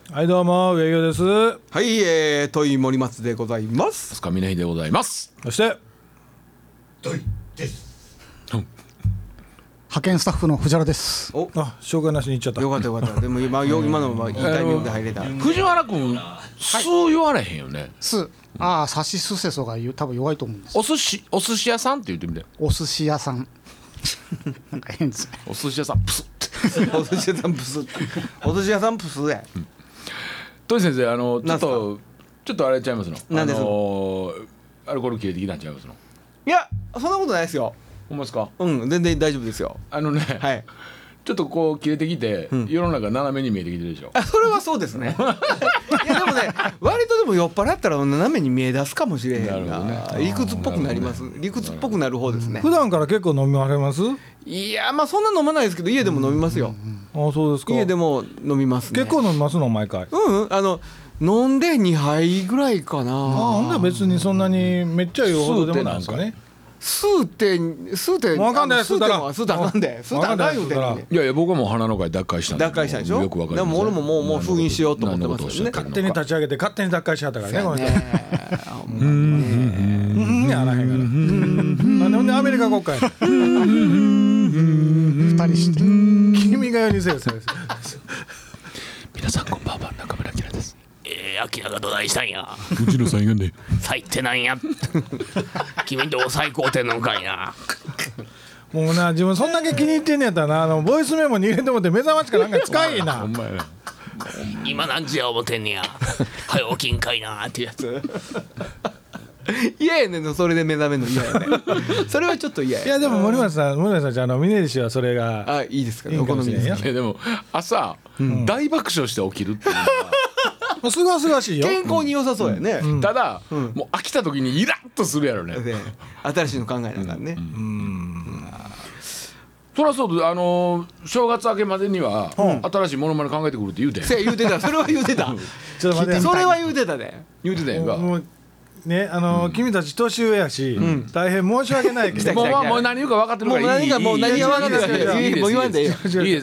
はいどうも上京です。 はい、トイ森松でございます。 須賀峰秀でございます。 そしてトイです。派遣スタッフの藤原です。 お、 紹介なしに言っちゃった。 よかったよかった。でも今のいいタイミングで入れた。 藤原君、す言われへんよね。 す、サシスセソが多分弱いと思うんです。 お寿司屋さんって言ってみて。 お寿司屋さん。なんか変ですね。 お寿司屋さんプスって。 お寿司屋さんプス。お寿司屋さんプスや。 トイ先生、ちょっとあれちゃいますの。 何ですアルコール切れてきたんちゃいますの。 いや、そんなことないですよ。 ほんまですか。 全然大丈夫ですよ。 はい。ちょっとこう切れてきて、世の中斜めに見えてきてるでしょ。 それはそうですね。いやでもね、割とでも酔っ払ったら斜めに見え出すかもしれへんな。理屈っぽくなります。理屈っぽくなる方ですね。 普段から結構飲みはれます？ いや、まあそんな飲まないですけど、家でも飲みますよ。 そうですか。 家でも飲みますね。 結構飲みますの毎回。 飲んで2杯ぐらいかな。 ほんで別にそんなにめっちゃ言うほどでもないですかね。 吸うてわかんない。吸うたらあかんで、吸うたらあかん言うてるんで。 いや僕はもう鼻の会脱会したんで。 脱会したでしょ。 よくわかります。 でも俺ももう封印しようと思ってますよね。 勝手に立ち上げて勝手に脱会しちゃったからねこの人。やらへんから。なんでアメリカ国会。 二人して。 君がよりせよ。 皆さんこんばんは、中村明です。 アキラがどないしたんや。 うちの最後で最低なんや。君んとこ最高点のんかいな。 もうな、自分そんだけ気に入ってんねやったらな、ボイスメモに入れてもって目覚ましかなんか使いな。 ほんまやな。 今何時や思てんねや。早起きんかいなってやつ。 嫌やねん、それで目覚めるの嫌やね。それはちょっと嫌や。 いやでも森松さんじゃ峯岸はそれがいいですかね。 いいかもしれんよ。 でも朝大爆笑して起きるっていうのはすがすがしいよ。 健康に良さそうやね。 ただもう飽きた時にイラッとするやろね。 新しいの考えながらね。 そりゃそう正月明けまでには新しいモノマネ考えてくるって言うてん。 言うてた。それは言うてた。 ちょっと待って。 それは言うてたで。 言うてたやんか。 もうね、君たち年上やし、大変申し訳ないけど、 もう何言うか分かってるからいい。 もう何が分かってるかもう言わんでいい。 いいです。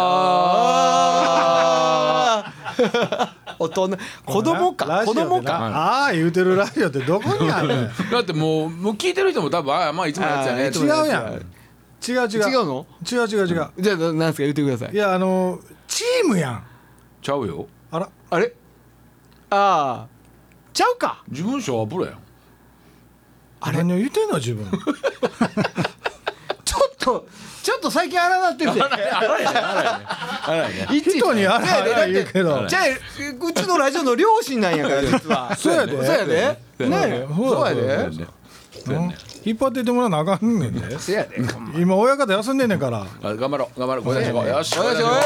大人、子供か言うてるラジオってどこにあるの？ だってもう聞いてる人も多分まあいつものやつやね。 違うやん。違うの？ 違う。 じゃあ何ですか言ってください。 いやチームやん。 ちゃうよ。 あれ？ちゃうか。 自分昭和プロやん。 何を言ってんの自分。 ちょっと最近荒なってるで。 荒いね。 人に荒い言うけど。 じゃあうちのラジオの両親なんやから実は。 そうやで。 ね。そうやで。 引っ張っていってもらわなあかんねんで。 そうやで。 今親方休んでんねんから。 頑張ろう。これでよし。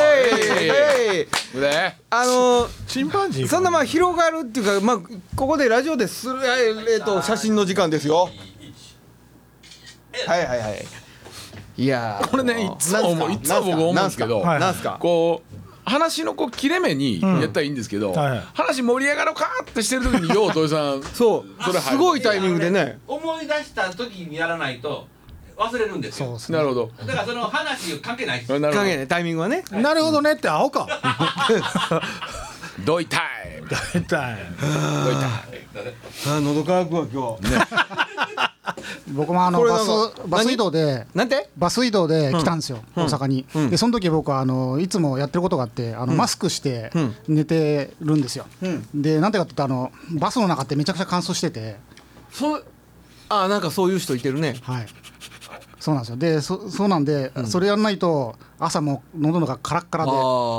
チンパンジー。 そんなまあ広がるっていうか、まあここでラジオでする写真の時間ですよ。はい。いやこれねいつも僕思うんですけど、 なんすか。 こう話の切れ目にやったらいいんですけど、話盛り上がろうかってしてる時によう土井さんそうすごいタイミングでね、 思い出した時にやらないと忘れるんですよ。 なるほど。 だからその話関係ないです。 関係ないタイミングはね。 なるほどねって青か。 どいたい。 喉乾くわ今日。 僕もバス移動で来たんですよ、大阪に。でその時僕はいつもやってることがあってマスクして寝てるんですよ。でなんてかって言うとバスの中ってめちゃくちゃ乾燥してて。 なんかそういう人いてるね。 はい。そうなんですよ。でそうなんでそれやんないと朝も喉のがカラッカラで。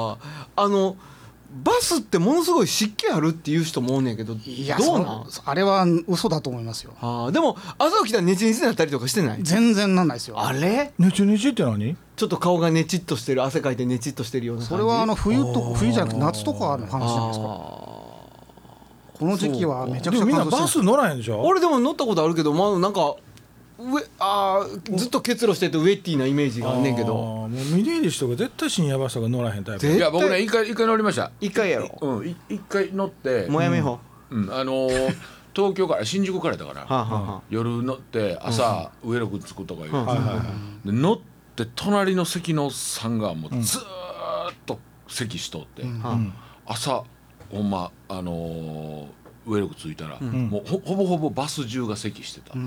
バスってものすごい湿気あるっていう人もおんねんけど、どうなん？ あれは嘘だと思いますよ。 でも朝起きたらネチネチになったりとかしてない？ 全然なんないですよ。 あれ？ ネチネチって何？ ちょっと顔がネチッとしてる、汗かいてネチッとしてるような感じ。 それは冬じゃなくて夏とかの話じゃないですか。この時期はめちゃくちゃみんな乾燥してる。 バス乗らへんでしょ？ 俺でも乗ったことあるけど、なんかずっと結露しててウェッティなイメージがあんねんけど。 もう峯岸とか絶対深夜バスとか乗らへんタイプ。 いや僕ね一回乗りました。 一回やろ。 一回乗ってもうやめほう。 東京から新宿からだから夜乗って朝上野くっつくとかいうで乗って隣の席のさんがもうずーっと咳しとって朝ほんま上力ついたら、もうほぼほぼバス中が咳してたっていう、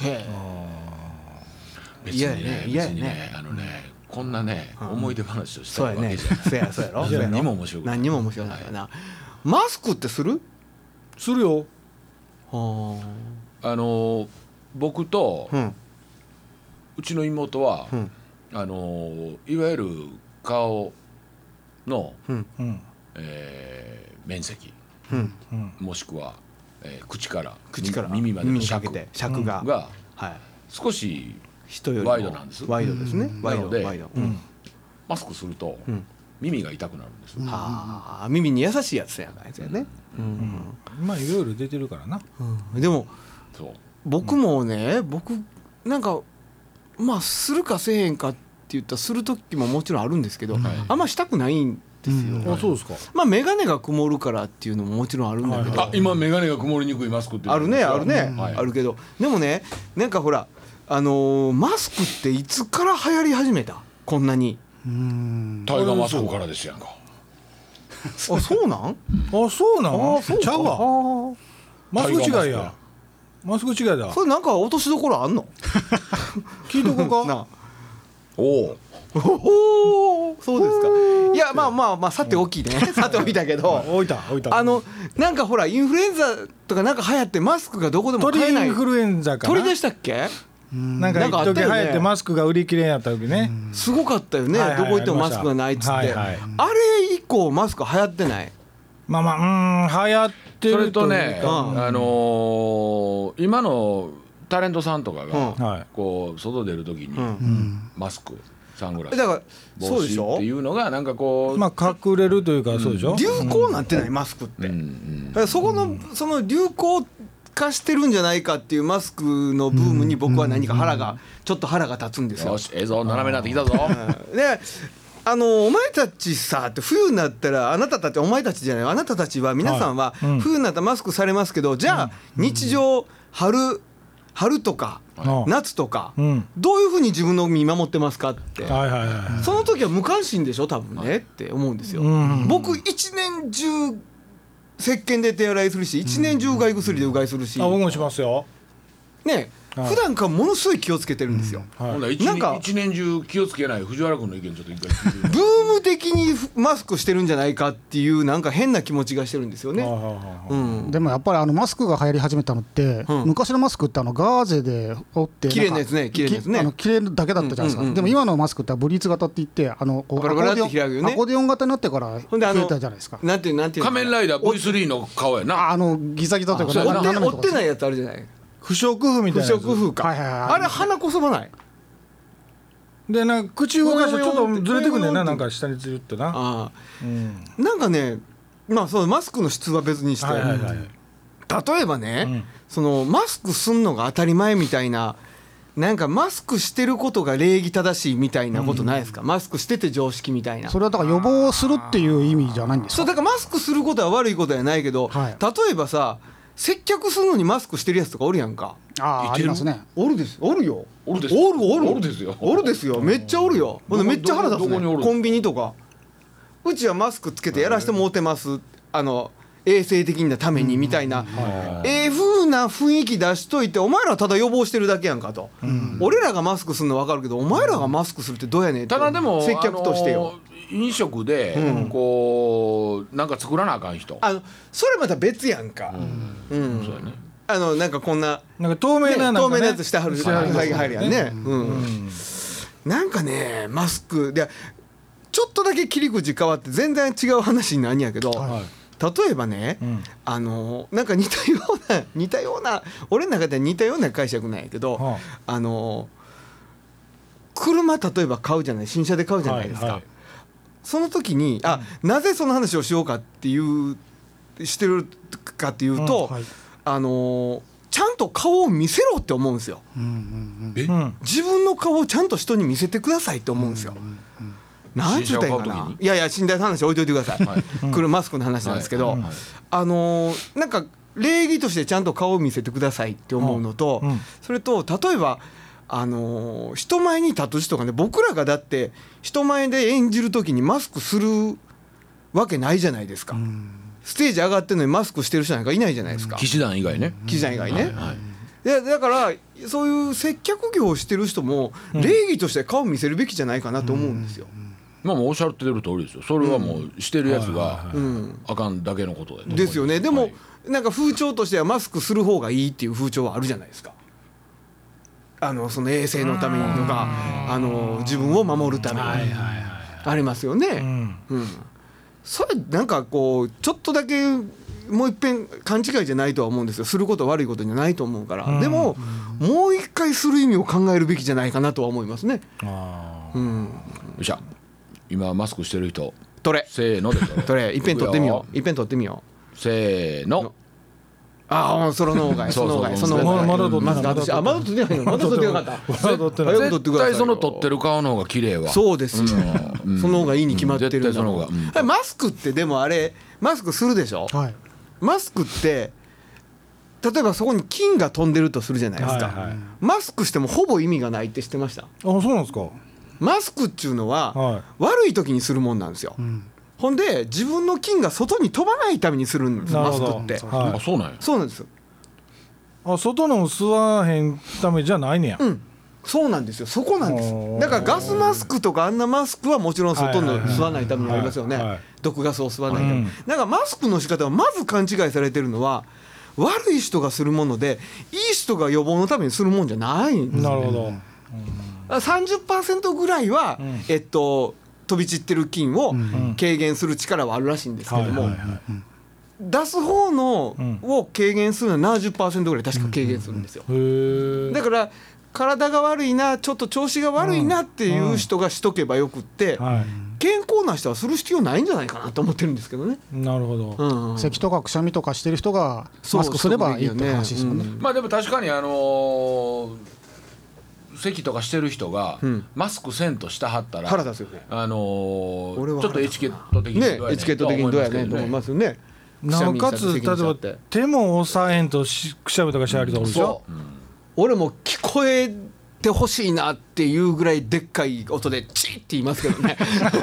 へ別にね嫌やね別にねこんなね、思い出話をしたわそうやねけじゃない、 そうやろ何も面白くない。 何にも面白くないよな。マスクってする？ するよ。 僕と、うちの妹は、いわゆる顔の、面積、もしくは、口から耳までの尺が少し人よりもワイドなんです。 ワイドですね。 なのでワイド。 マスクすると、耳が痛くなるんです。 耳に優しいやつやからね。 まあいろいろ出てるからな。 でもそう僕もね、僕なんかまあするかせえへんかって言ったらする時ももちろんあるんですけど、あんましたくないんですよ。 あ、そうですか。 まあ眼鏡が曇るからっていうのももちろんあるんだけど、 今眼鏡が曇りにくいマスクっていうのあるねあるね、 はいあるけど、でもね、なんかほらマスクっていつから流行り始めた？こんなに。 タイガーマスクからですやんか。 あ、そうなん？ あ、そうなの？ そうか。 ちゃうわ。マスク違いや。マスク違いだ。 それなんか落としどころあんの？ 聞いとこうか。 なあ。 おお、そうですか。いや、まあさておきね、さておきだけど、 置いた。 なんかほらインフルエンザとかなんか流行ってマスクがどこでも買えない。 鳥インフルエンザかな。 鳥でしたっけ？ なんか一時流行ってマスクが売り切れんやった時ね。 すごかったよね。どこ行ってもマスクがないっつって。あれ以降マスク流行ってない。 まあ流行ってる。 それとね、 う今のタレントさんとかがこう外出る時にマスク、サングラス、 だからそう帽でしょ。 子っていうのがなんかこう、 まあ隠れるというかそうでしょ。 流行になってないマスクって。だからそこのその流行化してるんじゃないかっていうマスクのブームに僕は何かちょっと腹が立つんですよ。 よし、映像斜めになってきたぞ。 で、お前たちさって冬になったら、あなたたち、お前たちじゃない、あなたたちは皆さんは冬になったらマスクされますけど、じゃあ日常春とか夏とかどういうふうに自分の見守ってますかって、その時は無関心でしょ多分ねって思うんですよ。僕一年中石鹸で手洗いするし、一年中うがい薬でうがいするし、 僕もしますよね、普段からものすごい気をつけてるんですよ。 なんか一年中気をつけない藤原君の意見ちょっと一回聞いて。 ブーム的にマスクしてるんじゃないかっていうなんか変な気持ちがしてるんですよね。 でもやっぱりマスクが流行り始めたのって、昔のマスクってガーゼで折って綺麗なやつね、綺麗なやつね、 綺麗だけだったじゃないですか。でも今のマスクってブリーツ型って言ってこうアコーディオン型になってから増えたじゃないですか。 なんていう仮面ライダー V3 の顔やな。 ギザギザというか折ってないやつあるじゃない。 不織布みたいな。 不織布か。あれ鼻こそばない。 でなんか口動かしてちょっとずれてくんねんな、なんか下にずっとな。 なんかね、まあそのマスクの質は別にして、例えばね、そのマスクすんのが当たり前みたいな、なんかマスクしてることが礼儀正しいみたいなことないですか？マスクしてて常識みたいな。 それはだから予防するっていう意味じゃないんですか？ そうだからマスクすることは悪いことはないけど、例えばさ、接客するのにマスクしてるやつとかおるやんか。 ありますね。 おるです。おるよ。 おるですよ。 おるですよ。めっちゃおるよ。めっちゃ腹立つね。コンビニとか。うちはマスクつけてやらしてもうてます。衛生的なためにみたいな風な雰囲気出しといて、お前らはただ予防してるだけやんかと。俺らがマスクするの分かるけど、お前らがマスクするってどうやねんって。 ただでも接客としてよ。 飲食でこうなんか作らなあかん人、 それまた別やんか。 そうやね。 なんかこんななんか透明なやつしてはる入るやんね。なんかね、マスクでちょっとだけ切り口変わって全然違う話になんやけど、例えばね、なんか似たような俺の中では似たような解釈なんやけど、車例えば買うじゃない、新車で買うじゃないですか。その時になぜその話をしようかっていうしてるかっていうと、ちゃんと顔を見せろって思うんですよ。自分の顔をちゃんと人に見せてくださいって思うんですよ。なんちゅうたんかな。いやいや、寝台の話置いといてください。マスクの話なんですけど、なんか礼儀としてちゃんと顔を見せてくださいって思うのと、それと例えば人前に立つ人がね、僕らがだって人前で演じる時にマスクするわけないじゃないですか。ステージ上がってるのにマスクしてる人なんかいないじゃないですか。 騎士団以外ね。 騎士団以外ね、 はいはいでだからそういう接客業をしてる人も礼儀として顔見せるべきじゃないかなと思うんですよ。 まあもうおっしゃってる通りですよ。それはもうしてるやつがあかんだけのことだよね。 ですよね。でも、 はいなんか風潮としてはマスクする方がいいっていう風潮はあるじゃないですか。その衛生のためにとか自分を守るためにありますよね。それなんかこうちょっとだけもう一遍勘違いじゃないとは思うんですよ。することは悪いことじゃないと思うから、でももう一回する意味を考えるべきじゃないかなとは思いますね。 よっしゃ今マスクしてる人取れせーので取れ一遍取ってみよう。一遍取ってみよう。 せーの。 ああその方がいいその方がいいその方がいい。 まだ取ってない私まだ取ってないの。まだ取ってなかった。早く取って絶くださいよ。 対その撮ってる顔の方が綺麗わ。 そうですよ。その方がいいに決まってるんだ絶対その方がマスクってでもあれマスクするでしょ。 はい。 マスクって例えばそこに菌が飛んでるとするじゃないですか、 はいはいマスクしてもほぼ意味がないって知ってました？ あそうなんですか。 マスクっていうのは、 はい悪い時にするもんなんですよ、ほんで自分の菌が外に飛ばないためにするんですマスクって。 はいあそうなんや。 そうなんですよ。 外の吸わへんためじゃないねや。 そうなんですよ。そこなんですおーだからガスマスクとかあんなマスクはもちろん外の吸わないためにありますよね、 はいはい毒ガスを吸わないために、 うんだからマスクの仕方はまず勘違いされてるのは悪い人がするものでいい人が予防のためにするもんじゃないんです。 なるほど。 30% ぐらいは、飛び散ってる菌をん軽減する力はあるらしいんですけども、 はいはいはい出す方のんを軽減するのは 70% ぐらい確か軽減するんですよ。 へえ。 だから体が悪いなちょっと調子が悪いなっていう人がしとけばよくって、 は健康な人はする必要ないんじゃないかなと思ってるんですけどね。 い。なるほど。 うん咳とかくしゃみとかしてる人がそうマスクすればいいって話ですよね。 まあでも確かに咳とかしてる人がマスクせんとしたはったら腹立つよね。 ちょ俺はっとエチケット的にねエチケット的にどうやねんと思いますよね。 なおかつ例くしゃみしたえば時に手も押さえんとくしゃみとかしゃりとかでしょ。 そう、俺も聞こえてほしいなっていうぐらいでっかい音でチーって言いますけどね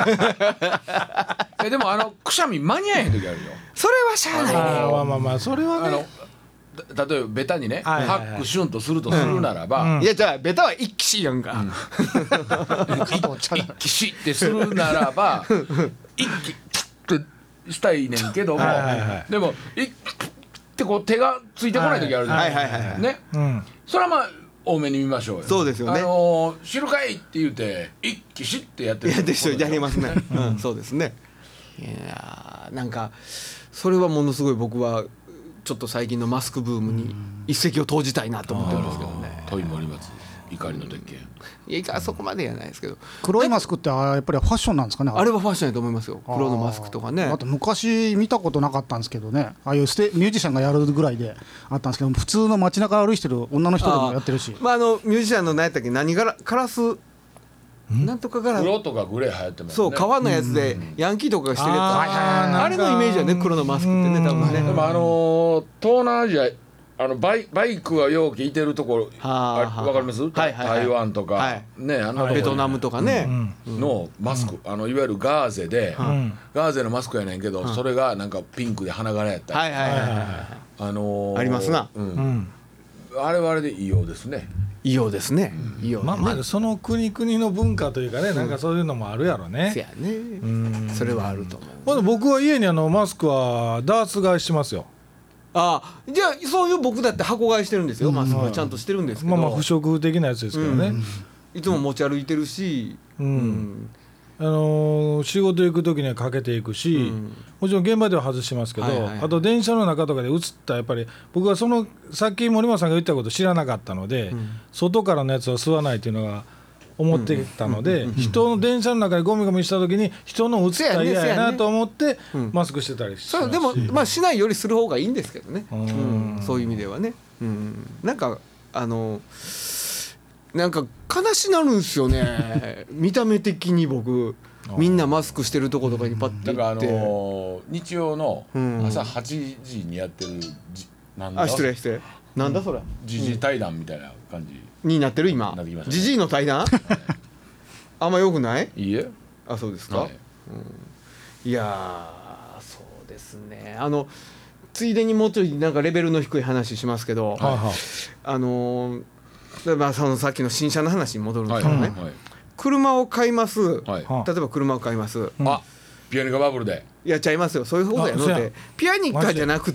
でもくしゃみ間に合えへん時あるよ。 それはしゃあないね。 ああまあまあそれはね。 例えばベタにねはいはいはいハックシュンとするとするならばいやじゃあベタは一気しやんか、 一気しってするならば一気ってしたいねんけども、 はいはいはいでも一気ってこう手がついてこない時あるじゃないですはいはいはいはいかね。 うん。 それはまあ多めに見ましょうよ。 そうですよね知るかいって言うて一気しってやってるいやでしょやりますね、そうですね。いやなんかそれはものすごい僕はちょっと最近のマスクブームに一石を投じたいなと思ってるんですけどね。 問い森松怒りの鉄拳。 いやそこまでやないですけど黒いマスクってやっぱりファッションなんですかね。 あれはファッションやと思いますよ。黒のマスクとかね。 あと昔見たことなかったんですけどね、ああいうミュージシャンがやるぐらいであったんですけど、普通の街中歩いてる女の人でもやってるし。 まあミュージシャンの何やったっけ何ガラスなんとかガラス黒とかグレー流行ってますね。 そう革のやつでヤンキーとかがしてるやつ、 あーあれのイメージはね黒のマスクってね多分ね。 でも東南アジアバイクはよう聞いてるところはあわかります？ はいはいはい台湾とか、 はいねベトナムとかね、 のマスク、いわゆるガーゼで、ガーゼのマスクやねんけど、それがなんかピンクで花柄やったり、 はいはいはいはいありますな。 うん。 あれはあれでいいようですね。 いいようですね。いいようまあまあその国々の文化というかね、なんかそういうのもあるやろせね。 やね。それはあると思う。 ほんで僕は家にマスクはダーツ買いしますよ。 ああじゃあそういう僕だって箱買いしてるんですよ。マスクはちゃんとしてるんですけど、 まあまあ不織布的なやつですけどね。 いつも持ち歩いてるし、 仕事行く時にはかけていくし、もちろん現場では外しますけど、 はいはいはいあと電車の中とかで映ったやっぱり僕はさっき森松さんが言ったこと知らなかったので、外からのやつを吸わないというのが思ってたので、人の電車の中でゴミゴミした時に人の映ったら嫌やなと思ってマスクしてたりしますし。 そうでもまあしないよりする方がいいんですけどね。そういう意味ではね。なんかなんか悲しなるんですよね見た目的に僕みんなマスクしてるとことかにパッてだから行って日曜の朝8時にやってるなんだ失礼なんだそれ時事対談みたいな感じ。 になってる今なってきましたねジジイの対談あんまよくない？ いいえ。 あそうですか、 はいいやですね。ついでにもうちょいなんかレベルの低い話しますけど、 はいはい、 例えばそのさっきの新車の話に戻るとね、 はいはい、 車を買います、 はい、 例えば車を買います、 あ、ピアニカバブルでやっちゃいますよ。そういうことやので、ピアニカじゃなくって、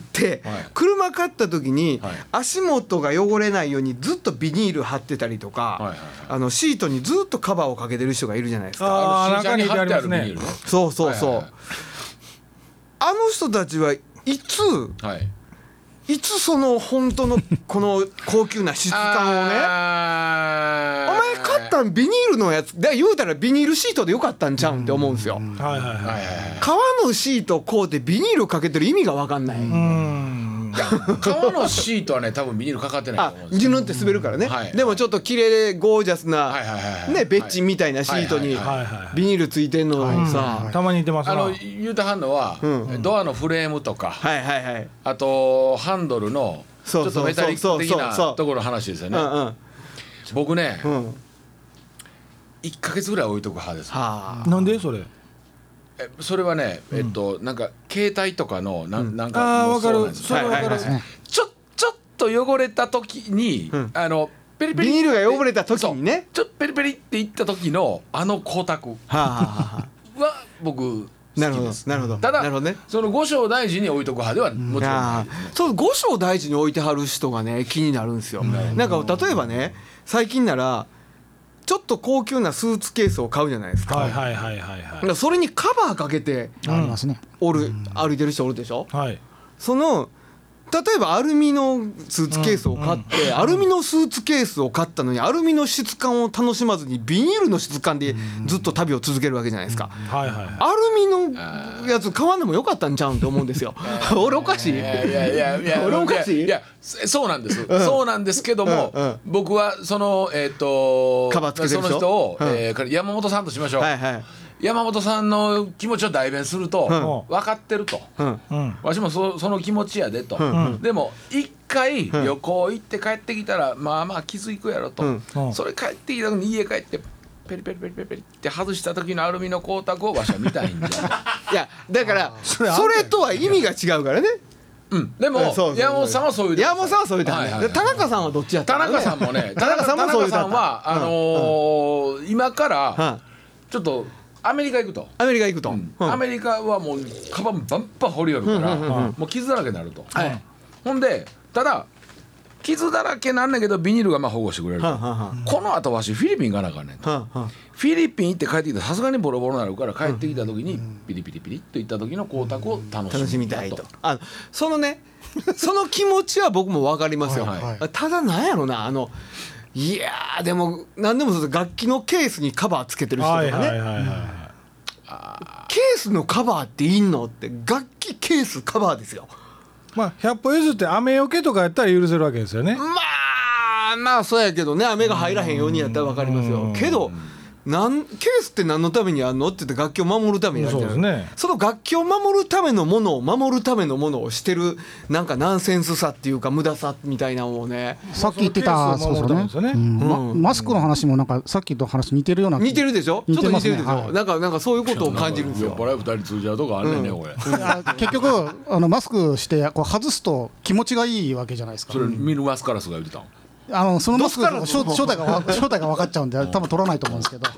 はい、 車買った時に、 はい、 足元が汚れないようにずっとビニール貼ってたりとか、はいはいはい、シートにずっとカバーをかけてる人がいるじゃないですか。 中に貼ってあるビニールね。 そうそうそう、はいはいはい、あの人たちはいつ、はい、いつその本当のこの高級な質感をねお前買ったんビニールのやつで言うたらビニールシートでよかったんちゃうんって思うんですよ。革のシートをこうでビニールかけてる意味が分かんない。 いや革のシートはね多分ビニールかかってないと思うんですよ。ジュヌンって滑るからね、はい、でもちょっと綺麗でゴージャスな、ね、ベッチみたいなシートにビニールついてんのさ、 たまに似てますな。 言うてはんのは、うん、ドアのフレームとか、はいはいはい、あとハンドルのちょっとメタリック的なところの話ですよね。僕ね、うん、1ヶ月ぐらい置いとく派です。 なんでそれ？ それはね、なんか携帯とかのなんか分かる、それ分かる。 ちょっと汚れた時に、 ペリペリビニールが汚れた時にね、 ちょっとペリペリっていった時の光沢は僕好きです。 なるほど。 ただその五章大事に置いとく派ではもちろんないですね。 そう五章大事に置いてはる人がね気になるんですよ。なんか例えばね、最近ならちょっと高級なスーツケースを買うじゃないですか。それにカバーかけて歩いてる人おるでしょ。はい、その例えばアルミのスーツケースを買って、アルミのスーツケースを買ったのにアルミの質感を楽しまずにビニールの質感でずっと旅を続けるわけじゃないですか。アルミのやつ買わんでもよかったんちゃうんって思うんですよ。俺おかしい？俺おかしい？ いやそうなんです、そうなんですけども、僕はそのカバーつけてる人その人を山本さんとしましょう。山本さんの気持ちを代弁すると、分かってると、わしもその気持ちやでと、でも一回旅行行って帰ってきたらまあまあ気づくやろと、それ帰ってきたのに家帰ってペリペリペリペリペリって外した時のアルミの光沢をわしは見たいんじゃいやだからそれとは意味が違うからね。 でも山本さんはそういう山本さんはそういう田中さんはどっちやった田中さんもね田中さんは今からちょっとアメリカ行くと、アメリカはもうカバンバンバン掘り寄るから、もう傷だらけになると、ほんでただ傷だらけなんだけどビニールがまあ保護してくれると、この後わしフィリピン行かなあかんねんと、フィリピン行って帰ってきたらさすがにボロボロになるから帰ってきた時にピリピリピリっといった時の光沢を楽しみたいと。 そのねその気持ちは僕も分かりますよ。ただなんやろな、いやでも何でもそう楽器のケースにカバーつけてる人とかね、ケースのカバーっていんのって楽器ケースカバーですよ。 まあ100歩譲って雨よけとかやったら許せるわけですよね。 まあそうやけどね、雨が入らへんようにやったら分かりますよ。けどケースって何のためにあんのって言って楽器を守るためにやるじゃない。その楽器を守るためのものを守るためのものをしてるなんかナンセンスさっていうか無駄さみたいなのをね、 さっき言ってたマスクの話もなんかさっきと話似てるような。 似てるでしょ。ちょっと似てるでしょ。なんかそういうことを感じるんですよ。 酔っ払い2人通じ合うとこあるねこれ。 結局マスクしてこう外すと気持ちがいいわけじゃないですか。 それミルマスカラスが言ってたの。 そのマスクの正体が分かっちゃうんで多分取らないと思うんですけど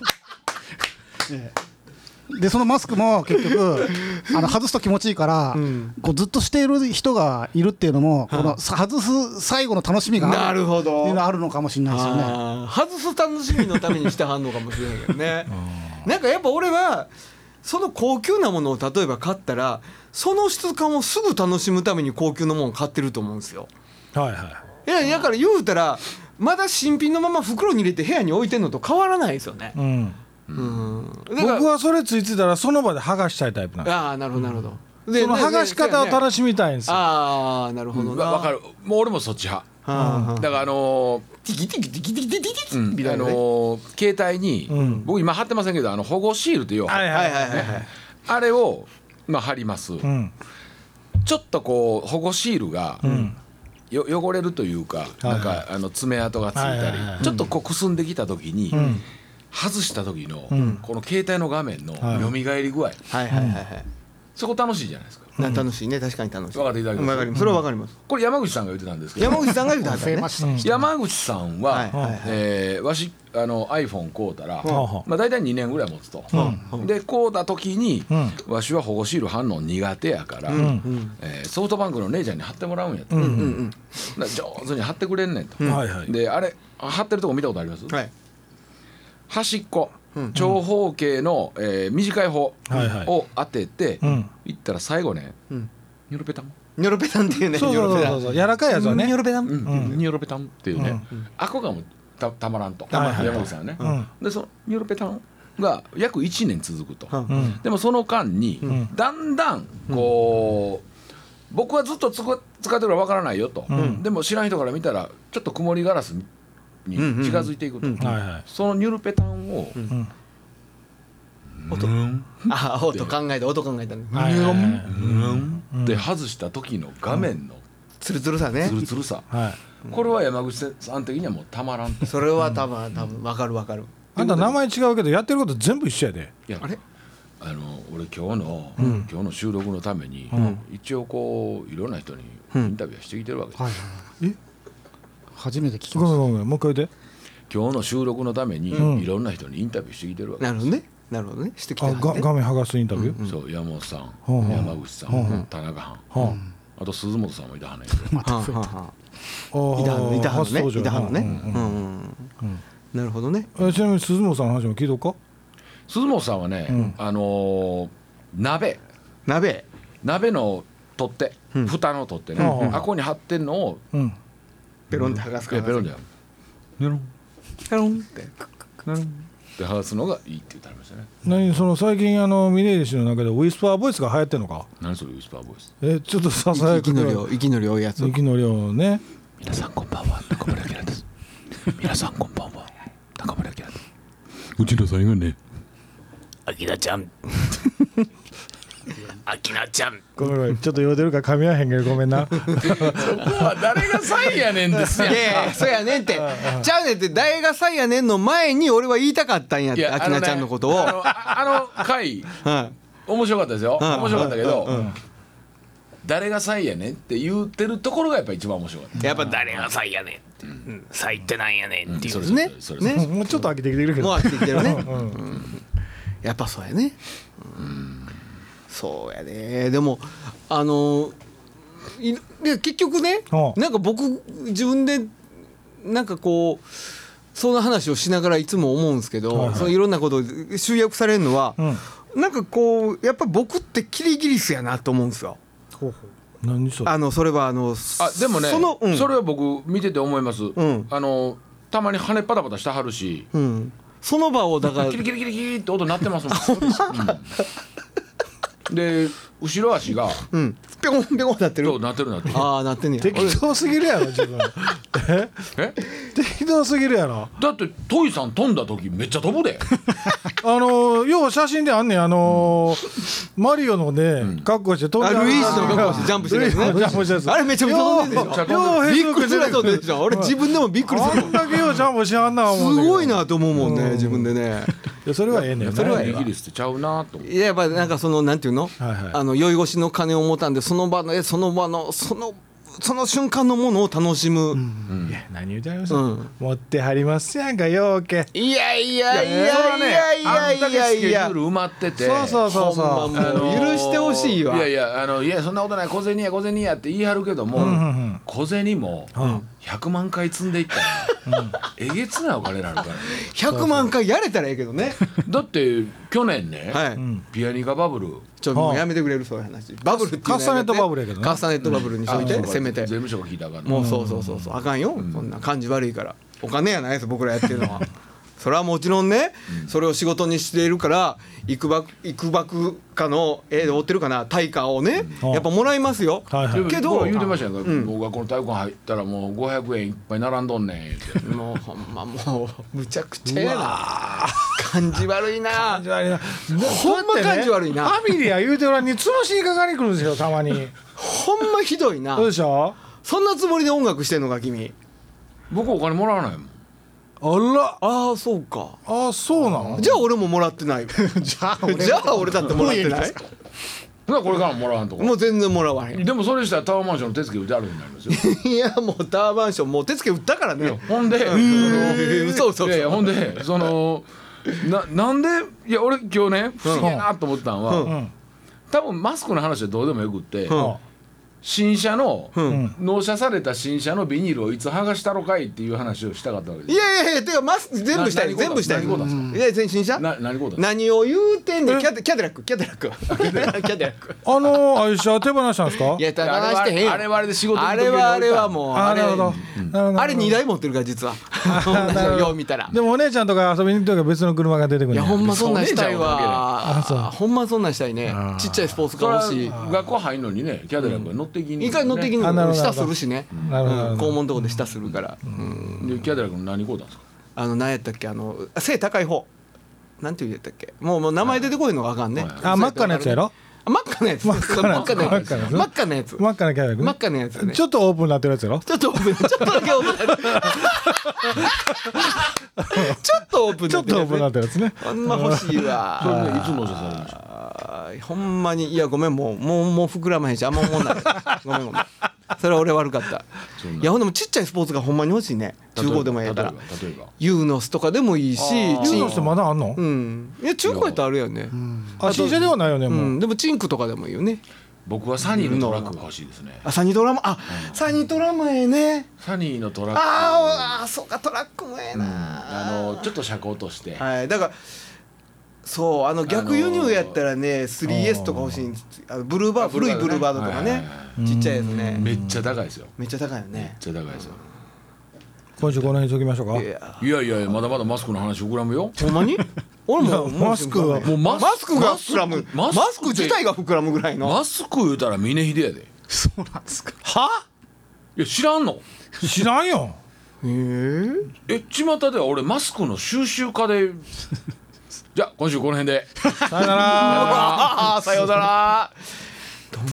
でそのマスクも結局外すと気持ちいいから、こうずっとしている人がいるっていうのも、この外す最後の楽しみがあるっていうのはあるのかもしれないですよね。 外す楽しみのためにしてはんのかもしれないけどねなんかやっぱ俺はその高級なものを例えば買ったらその質感をすぐ楽しむために高級なものを買ってると思うんですよ。いやだから言うたらまだ新品のまま袋に入れて部屋に置いてんのと変わらないですよね。 僕はそれついてたらその場で剥がしたいタイプなんです。 なるほどなるほど。 その剥がし方を楽しみたいんですよ。 なるほどな。 分かる。もう俺もそっち派。だからティキティキティキティキティキティキみたいな携帯に僕今貼ってませんけど保護シールってよ、あれを貼ります。ちょっとこう保護シールが汚れるというか、なんか爪痕がついたりちょっとこうくすんできた時に外した時のこの携帯の画面の蘇り具合、 そこ楽しいじゃないですか。 楽しいね、確かに楽しい。 分かっていただけます。 わかります。それはわかります。 これ山口さんが言ってたんですけど、 山口さんが言ってたんね。 山口さんは、 はいはいわしiPhone 買うたら、 はまあ大体2年ぐらい持つと。で買うた時に、わしは保護シール貼るの苦手やから、ソフトバンクの姉ちゃんに貼ってもらうんやと。だから上手に貼ってくれんねんと。 はいはいであれ貼ってるとこ見たことあります？ はい。 端っこ、長方形の、短い方を当てて、いったら最後ね、ニョロペタン。 ニョロペタンっていうね。 そうそうそうそう、柔らかいやつはね。 ニョロペタン。 ニョロペタンっていうね、あこがもうたまらんと、山口さんはね。でそのニョロペタンが約1年続くと。でもその間にだんだんこう僕はずっと使ってるからわからないよと。でも知らん人から見たらちょっと曇りガラスに近づいていくと。そのニュルペタンを音考えたね。 で外した時の画面のツルツルさね。 ツルツルさ、これは山口さん的にはもうたまらんと。 それは多分わかる。 あんた名前違うけどやってること全部一緒やで。 いやあれ俺今日の収録のために一応こういろんな人にインタビューしてきてるわけです。 初めて聞きました。 ごめんもう一回言って。 今日の収録のためにいろんな人にインタビューしてきてるわけです。 なるほどね。してきてるね。 画面剥がすインタビュー。 そう山本さん、山口さん、田中はん、あと鈴本さんもいたはねんけど。 いたはんね。なるほどね。 ちなみに鈴本さんの話も聞いとくか。 鈴本さんはね、鍋の取っ手、蓋の取っ手ね、あこに貼ってんのをペロンって剥がすから。 ペロンだよ。 ペロンってで剥がすのがいいって言ってありましたね。 何その最近峯岸の中でウィスパーボイスが流行ってんのか。 何それウィスパーボイス。 ちょっとささやく息の量やつ。 息の量ね。 皆さんこんばんは、中村明です。皆さんこんばんは、中村明です。うちのさんがね、 あきなちゃんあきなちゃん、 ごめんちょっと酔うてるから噛み合わへんけどごめんな。 そこは誰がサイやねんですよ。 いやそうやねんってちゃうねんって、誰がサイやねんの前に俺は言いたかったんやって、あきなちゃんのことを。 回面白かったですよ。面白かったけど、誰がサイやねんって言ってるところがやっぱ一番面白かった。 やっぱ誰がサイやねんって、サイってなんやねんっていうね。 もうちょっと飽きてきてるけど。 もう飽きてきてるね。やっぱそうやね。そうやね。でも結局ね、なんか僕自分でなんかこうそんな話をしながらいつも思うんですけど、そのいろんなこと集約されるのは、なんかこうやっぱ僕ってキリギリスやなと思うんですよ。 何それ。 それはでもね、それは僕見てて思います。たまに羽パタパタしてはるし、 その場をだからキリキリキリキリって音鳴ってますもん。で後ろ足がペコンペコンなってる。 そうなってる。 ああなってんねや。 適当すぎるやろ自分。適当すぎるやろ。 だってトイさん飛んだ時めっちゃ飛ぶで。 よう写真であんねんマリオのね格好して飛んでルイージの格好してジャンプしてるやつね。あれめちゃめちゃ飛んでるでしょ。びっくりする飛んでるでしょ。俺自分でもびっくりする。 あんだけようジャンプしはんな思う。 すごいなと思うもんね自分でね。 それはええねん。 それはええわ。 イギリスってちゃうなと。 いややっぱなんかそのなんていうの、酔い越しの金を持たんでその場のその瞬間のものを楽しむ。 いや何言うてはります。持ってはりますやんかようけ。 いやあんだけスケジュール埋まってて、 そうもう許してほしいわ。 いやそんなことない、小銭やって言い張るけども、小銭も100万回積んでいったらえげつないお金になるからね。 100万回やれたらええけどね。 だって去年ね、ピアニカバブルもうやめてくれるそういう話。バブルっていうカスタネットバブルやけどね。 カスタネットバブルにしといてせめて。 税務署が聞いたからもうそうあかんよ。そんな感じ悪いから。お金やないです僕らやってるのは。それはもちろんね、それを仕事にしているから幾ばくかの追ってるかな対価をねやっぱもらいますよ。 けど言うてましたよ、僕がこの体育館入ったらもう500円いっぱい並んどんねんって。 もうほんまもうむちゃくちゃやな。感じ悪いな。ほんま感じ悪いな。 ファミリア言うておらんに潰しにかかりに来るんですよたまに。 ほんまひどいな。 そうでしょ。 そんなつもりで音楽してんのか君。 僕お金もらわないもん。 ああそうか。 そうなの。 じゃあ俺ももらってない。じゃあ俺だってもらってない。 これからももらわんとこもう全然もらわへん。 でもそれしたらタワーマンションの手付け打てあるようになりますよいやもうタワーマンションもう手付け打ったからね。 ほんで嘘いやいやほんでなんでいや俺今日ね不思議やなと思ったんは、多分マスクの話はどうでもよくって、新車の、納車された新車のビニールをいつ剥がしたろかいっていう話をしたかったわけです。 いやいやいやてかマスク全部したい全部したい。いや全新車？何を言うてんねん。キャデラック愛車手放したんですか？ いや手放してへん。 あれはあれで仕事あれはもうあれあれ 2台持ってるから実は。よう見たら。 でもお姉ちゃんとか遊びに行くときは別の車が出てくる。 いやほんまそんなんしたいわ。ほんまそんなんしたいね。ちっちゃいスポーツカー欲しい。 学校入んのにねキャデラックが乗ってきに一回乗ってきに下するしね。校門のとこで下するから。 でキャデラックの何買うたんですか？ 何やったっけ背高い方。なんて言うやったっけ？もう名前出てこいのがあかんね。 真っ赤なやつやろ？ 真っ赤なやつ。真っ赤なやつ。真っ赤なキャラクター。真っ赤なやつね。 ちょっとオープンになってるやつやろ？ ちょっとオープン。ちょっとだけオープン。ちょっとオープン。 ちょっとオープンになってるやつね。 ほんま欲しいわ。 それねいつ納車されるんですか？ ほんまにいやごめんもう膨らまへんしあんま思んない。ごめん。それは俺悪かった。いやほんでもちっちゃいスポーツがほんまに欲しいね。中古でもええから。例えばユーノスとかでもいいし。 ユーノスってまだあんの？ いや中古やったらあるよね。 新車ではないよねもう。 でもチンクとかでもいいよね。 僕はサニーのトラックが欲しいですね。 サニートラもサニートラもええね。 サニーのトラック。 そうかトラックもええな。 ちょっと車高として。 はいだから。そう逆輸入やったらね 3S とか欲しいんです。ブルーバー古いブルーバードとかねちっちゃいやつね。 めっちゃ高いですよ。 めっちゃ高いよね。 めっちゃ高いですよ。 今週この辺にしときましょうか。 いやまだまだマスクの話膨らむよ。 ほんまに？俺もマスクはもうマスクが膨らむ。マスク自体が膨らむぐらいの。 マスク言うたら峰秀やで。 そうなんですか。 いや知らんの？ 知らんよ。 巷では俺マスクの収集家で。じゃあ今週この辺で。 さよなら。 さよなら。